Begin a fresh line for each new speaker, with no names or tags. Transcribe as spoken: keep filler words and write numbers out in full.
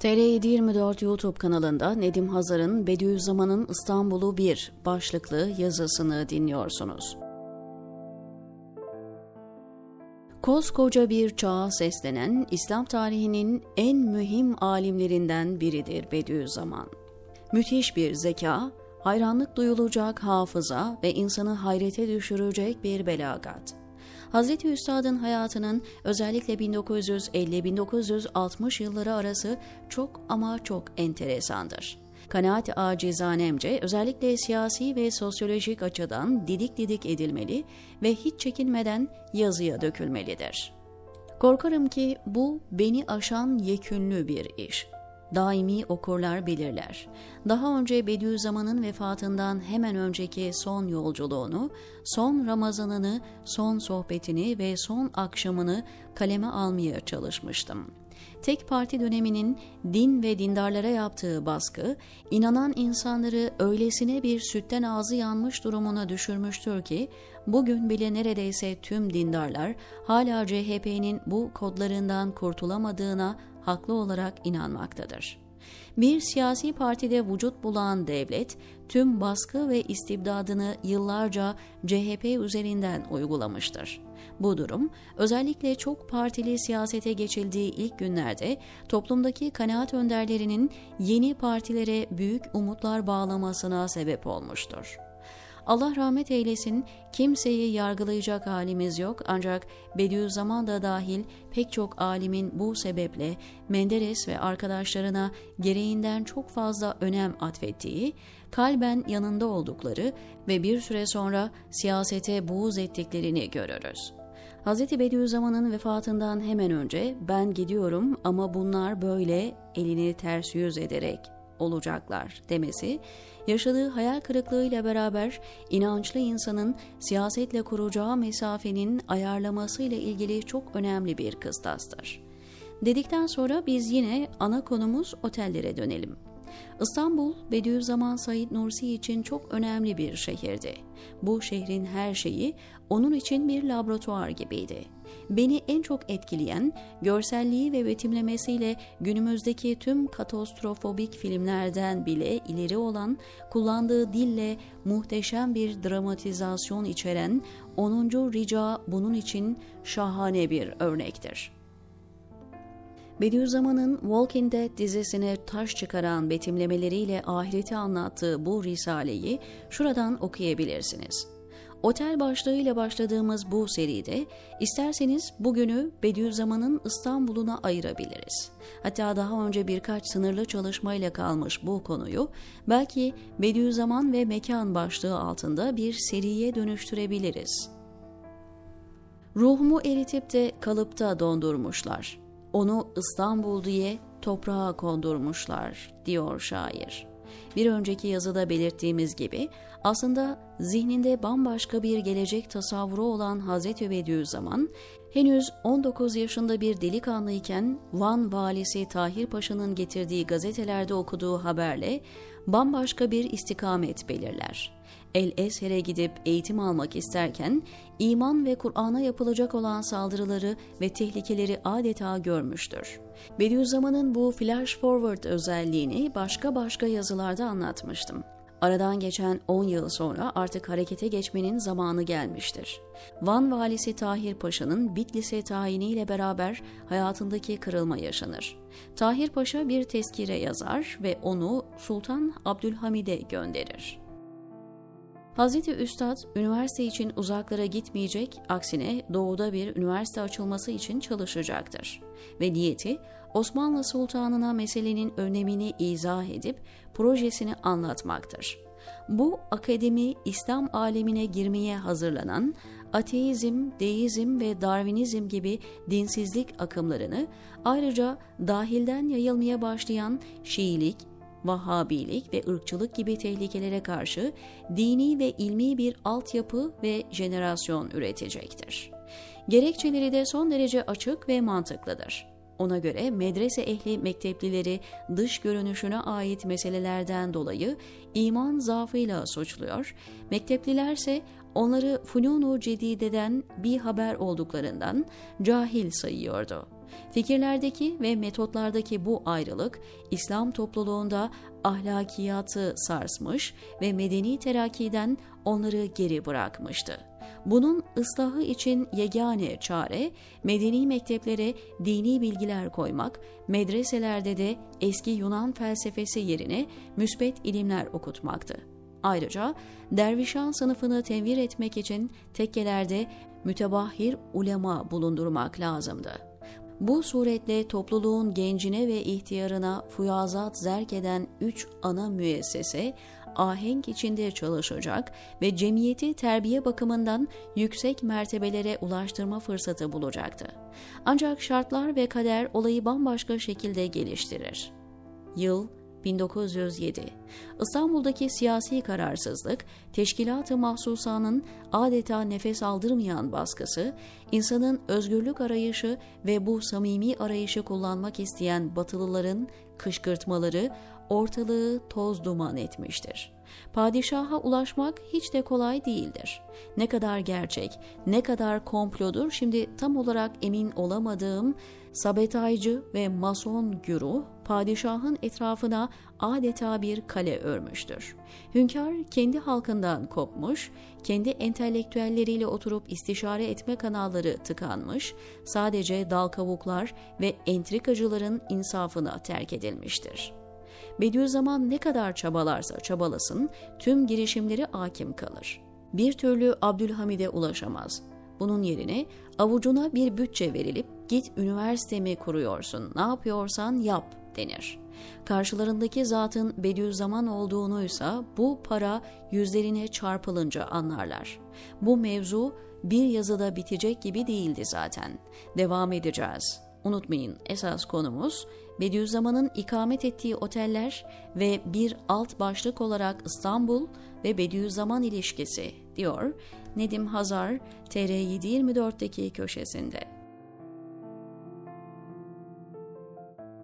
T R yedi yirmi dört YouTube kanalında Nedim Hazar'ın Bediüzzaman'ın İstanbul'u bir başlıklı yazısını dinliyorsunuz. Koskoca bir çağa seslenen İslam tarihinin en mühim alimlerinden biridir Bediüzzaman. Müthiş bir zeka, hayranlık duyulacak hafıza ve insanı hayrete düşürecek bir belagat. Hazreti Üstad'ın hayatının özellikle bin dokuz yüz elli bin dokuz yüz altmış yılları arası çok ama çok enteresandır. Kanaat acizanemce özellikle siyasi ve sosyolojik açıdan didik didik edilmeli ve hiç çekinmeden yazıya dökülmelidir. Korkarım ki bu beni aşan yekünlü bir iş. Daimi okurlar bilirler. Daha önce Bediüzzaman'ın vefatından hemen önceki son yolculuğunu, son Ramazanını, son sohbetini ve son akşamını kaleme almaya çalışmıştım. Tek parti döneminin din ve dindarlara yaptığı baskı, inanan insanları öylesine bir sütten ağzı yanmış durumuna düşürmüştür ki, bugün bile neredeyse tüm dindarlar hala C H P'nin bu kodlarından kurtulamadığına haklı olarak inanmaktadır. Bir siyasi partide vücut bulan devlet, tüm baskı ve istibdadını yıllarca C H P üzerinden uygulamıştır. Bu durum, özellikle çok partili siyasete geçildiği ilk günlerde toplumdaki kanaat önderlerinin yeni partilere büyük umutlar bağlamasına sebep olmuştur. Allah rahmet eylesin, kimseyi yargılayacak halimiz yok, ancak Bediüzzaman da dahil pek çok alimin bu sebeple Menderes ve arkadaşlarına gereğinden çok fazla önem atfettiği, kalben yanında oldukları ve bir süre sonra siyasete buğz ettiklerini görürüz. Hz. Bediüzzaman'ın vefatından hemen önce ben gidiyorum ama bunlar böyle elini ters yüz ederek olacaklar demesi, yaşadığı hayal kırıklığıyla beraber inançlı insanın siyasetle kuracağı mesafenin ayarlamasıyla ilgili çok önemli bir kıstastır. Dedikten sonra biz yine ana konumuz otellere dönelim. İstanbul, Bediüzzaman Said Nursi için çok önemli bir şehirdi. Bu şehrin her şeyi onun için bir laboratuvar gibiydi. Beni en çok etkileyen, görselliği ve betimlemesiyle günümüzdeki tüm katastrofobik filmlerden bile ileri olan, kullandığı dille muhteşem bir dramatizasyon içeren onuncu Rica bunun için şahane bir örnektir. Bediüzzaman'ın Walking Dead dizisine taş çıkaran betimlemeleriyle ahireti anlattığı bu risaleyi şuradan okuyabilirsiniz. Otel başlığıyla başladığımız bu seride isterseniz bugünü Bediüzzaman'ın İstanbul'una ayırabiliriz. Hatta daha önce birkaç sınırlı çalışmayla kalmış bu konuyu belki Bediüzzaman ve Mekan başlığı altında bir seriye dönüştürebiliriz. Ruhumu eritip de kalıpta dondurmuşlar. Onu İstanbul diye toprağa kondurmuşlar, diyor şair. Bir önceki yazıda belirttiğimiz gibi aslında zihninde bambaşka bir gelecek tasavvuru olan Hazreti Bediüzzaman, henüz on dokuz yaşında bir delikanlıyken Van valisi Tahir Paşa'nın getirdiği gazetelerde okuduğu haberle bambaşka bir istikamet belirler. El-Ezher'e gidip eğitim almak isterken iman ve Kur'an'a yapılacak olan saldırıları ve tehlikeleri adeta görmüştür. Bediüzzaman'ın bu flash forward özelliğini başka başka yazılarda anlatmıştım. Aradan geçen on yıl sonra artık harekete geçmenin zamanı gelmiştir. Van valisi Tahir Paşa'nın Bitlis'e tayiniyle beraber hayatındaki kırılma yaşanır. Tahir Paşa bir tezkire yazar ve onu Sultan Abdülhamid'e gönderir. Hazreti Üstad, üniversite için uzaklara gitmeyecek, aksine doğuda bir üniversite açılması için çalışacaktır. Ve niyeti, Osmanlı Sultanı'na meselenin önemini izah edip projesini anlatmaktır. Bu akademi, İslam alemine girmeye hazırlanan, ateizm, deizm ve Darwinizm gibi dinsizlik akımlarını, ayrıca dahilden yayılmaya başlayan Şiilik, Vahhabilik ve ırkçılık gibi tehlikelere karşı dini ve ilmi bir altyapı ve jenerasyon üretecektir. Gerekçeleri de son derece açık ve mantıklıdır. Ona göre medrese ehli mekteplileri dış görünüşüne ait meselelerden dolayı iman zaafıyla suçluyor, mekteplilerse onları funûn-u cedideden bir haber olduklarından cahil sayıyordu. Fikirlerdeki ve metotlardaki bu ayrılık İslam topluluğunda ahlakiyatı sarsmış ve medeni terakkiden onları geri bırakmıştı. Bunun ıslahı için yegane çare medeni mekteplere dini bilgiler koymak, medreselerde de eski Yunan felsefesi yerine müsbet ilimler okutmaktı. Ayrıca dervişan sınıfını tenvir etmek için tekkelerde mütebahhir ulema bulundurmak lazımdı. Bu suretle topluluğun gencine ve ihtiyarına fuyazat zerk eden üç ana müessese ahenk içinde çalışacak ve cemiyeti terbiye bakımından yüksek mertebelere ulaştırma fırsatı bulacaktı. Ancak şartlar ve kader olayı bambaşka şekilde geliştirir. Yıl bin dokuz yüz yedi. İstanbul'daki siyasi kararsızlık, teşkilat-ı mahsusanın adeta nefes aldırmayan baskısı, insanın özgürlük arayışı ve bu samimi arayışı kullanmak isteyen Batılıların kışkırtmaları ortalığı toz duman etmiştir. Padişaha ulaşmak hiç de kolay değildir. Ne kadar gerçek, ne kadar komplodur şimdi tam olarak emin olamadığım sabetaycı ve mason güruh, padişahın etrafına adeta bir kale örmüştür. Hünkâr kendi halkından kopmuş, kendi entelektüelleriyle oturup istişare etme kanalları tıkanmış, sadece dal kavuklar ve entrikacıların insafına terk edilmiştir. Bediüzzaman ne kadar çabalarsa çabalasın, tüm girişimleri hakim kalır. Bir türlü Abdülhamid'e ulaşamaz. Bunun yerine avucuna bir bütçe verilip git üniversitemi kuruyorsun, ne yapıyorsan yap denir. Karşılarındaki zatın Bediüzzaman olduğunuysa bu para yüzlerine çarpılınca anlarlar. Bu mevzu bir yazıda bitecek gibi değildi zaten. Devam edeceğiz. Unutmayın, esas konumuz Bediüzzaman'ın ikamet ettiği oteller ve bir alt başlık olarak İstanbul ve Bediüzzaman ilişkisi, diyor Nedim Hazar T R yedi yirmi dört'teki köşesinde.